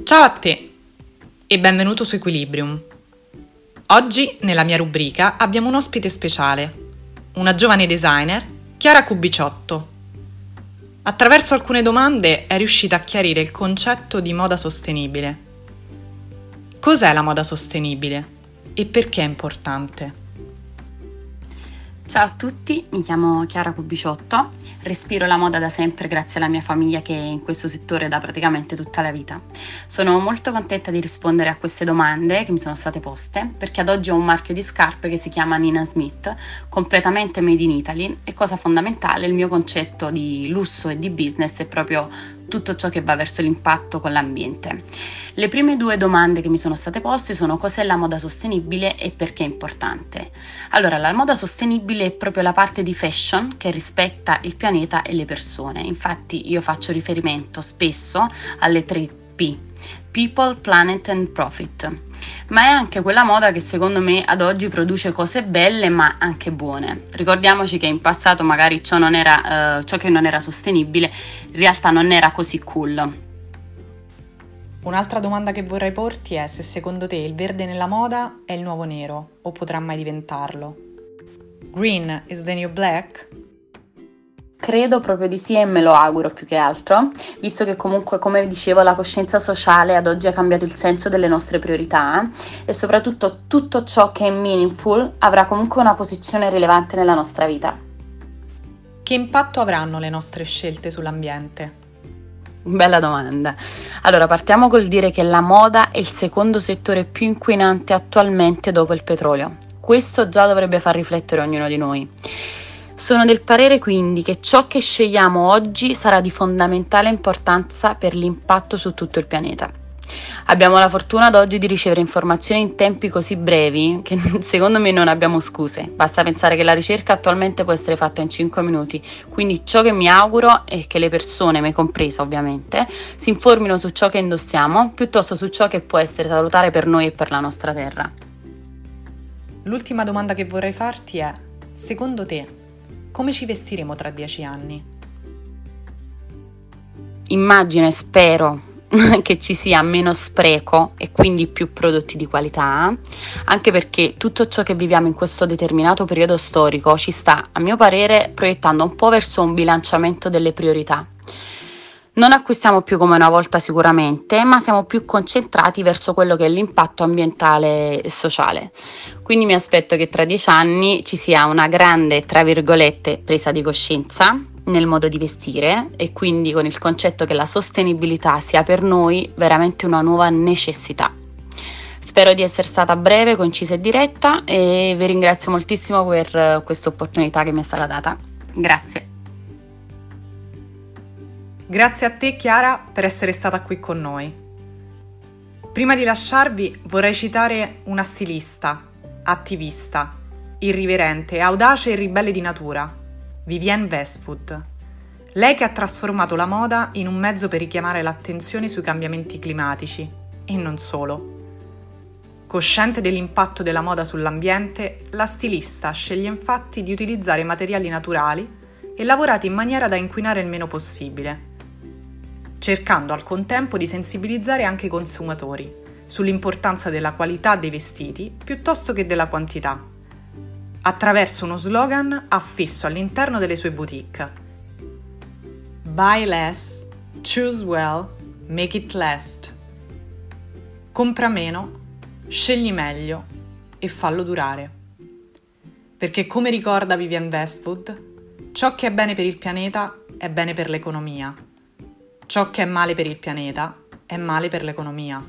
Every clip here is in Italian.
Ciao a te e benvenuto su Equilibrium. Oggi nella mia rubrica abbiamo un ospite speciale, una giovane designer, Chiara Cubiciotto. Attraverso alcune domande è riuscita a chiarire il concetto di moda sostenibile. Cos'è la moda sostenibile e perché è importante? Ciao a tutti, mi chiamo Chiara Cubiciotto, respiro la moda da sempre grazie alla mia famiglia che è in questo settore da praticamente tutta la vita. Sono molto contenta di rispondere a queste domande che mi sono state poste perché ad oggi ho un marchio di scarpe che si chiama Nina Smith, completamente made in Italy e cosa fondamentale, il mio concetto di lusso e di business è proprio tutto ciò che va verso l'impatto con l'ambiente. Le prime due domande che mi sono state poste sono: cos'è la moda sostenibile e perché è importante? Allora, la moda sostenibile è proprio la parte di fashion che rispetta il pianeta e le persone. Infatti io faccio riferimento spesso alle 3 P: People, Planet and Profit. Ma è anche quella moda che secondo me ad oggi produce cose belle ma anche buone. Ricordiamoci che in passato magari ciò che non era sostenibile in realtà non era così cool. Un'altra domanda che vorrei porti è se secondo te il verde nella moda è il nuovo nero o potrà mai diventarlo. Green is the new black? Credo proprio di sì e me lo auguro più che altro, visto che comunque, come dicevo, la coscienza sociale ad oggi ha cambiato il senso delle nostre priorità e soprattutto tutto ciò che è meaningful avrà comunque una posizione rilevante nella nostra vita. Che impatto avranno le nostre scelte sull'ambiente? Bella domanda. Allora, partiamo col dire che la moda è il secondo settore più inquinante attualmente dopo il petrolio. Questo già dovrebbe far riflettere ognuno di noi. Sono del parere quindi che ciò che scegliamo oggi sarà di fondamentale importanza per l'impatto su tutto il pianeta. Abbiamo la fortuna ad oggi di ricevere informazioni in tempi così brevi che secondo me non abbiamo scuse. Basta pensare che la ricerca attualmente può essere fatta in 5 minuti, quindi ciò che mi auguro è che le persone, me compresa ovviamente, si informino su ciò che indossiamo piuttosto su ciò che può essere salutare per noi e per la nostra terra. L'ultima domanda che vorrei farti è: secondo te, come ci vestiremo tra 10 anni? Immagino e spero che ci sia meno spreco e quindi più prodotti di qualità, anche perché tutto ciò che viviamo in questo determinato periodo storico ci sta, a mio parere, proiettando un po' verso un bilanciamento delle priorità. Non acquistiamo più come una volta sicuramente, ma siamo più concentrati verso quello che è l'impatto ambientale e sociale. Quindi mi aspetto che tra 10 anni ci sia una grande, tra virgolette, presa di coscienza nel modo di vestire e quindi con il concetto che la sostenibilità sia per noi veramente una nuova necessità. Spero di essere stata breve, concisa e diretta e vi ringrazio moltissimo per questa opportunità che mi è stata data. Grazie. Grazie a te, Chiara, per essere stata qui con noi. Prima di lasciarvi vorrei citare una stilista, attivista, irriverente, audace e ribelle di natura, Vivienne Westwood. Lei che ha trasformato la moda in un mezzo per richiamare l'attenzione sui cambiamenti climatici, e non solo. Cosciente dell'impatto della moda sull'ambiente, la stilista sceglie infatti di utilizzare materiali naturali e lavorati in maniera da inquinare il meno possibile, cercando al contempo di sensibilizzare anche i consumatori sull'importanza della qualità dei vestiti piuttosto che della quantità, attraverso uno slogan affisso all'interno delle sue boutique: Buy less, choose well, make it last. Compra meno, scegli meglio e fallo durare. Perché, come ricorda Vivienne Westwood, ciò che è bene per il pianeta è bene per l'economia. Ciò che è male per il pianeta è male per l'economia.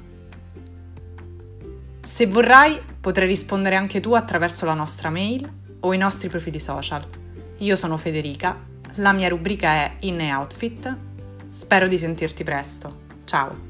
Se vorrai, potrai rispondere anche tu attraverso la nostra mail o i nostri profili social. Io sono Federica, la mia rubrica è In e Outfit. Spero di sentirti presto. Ciao!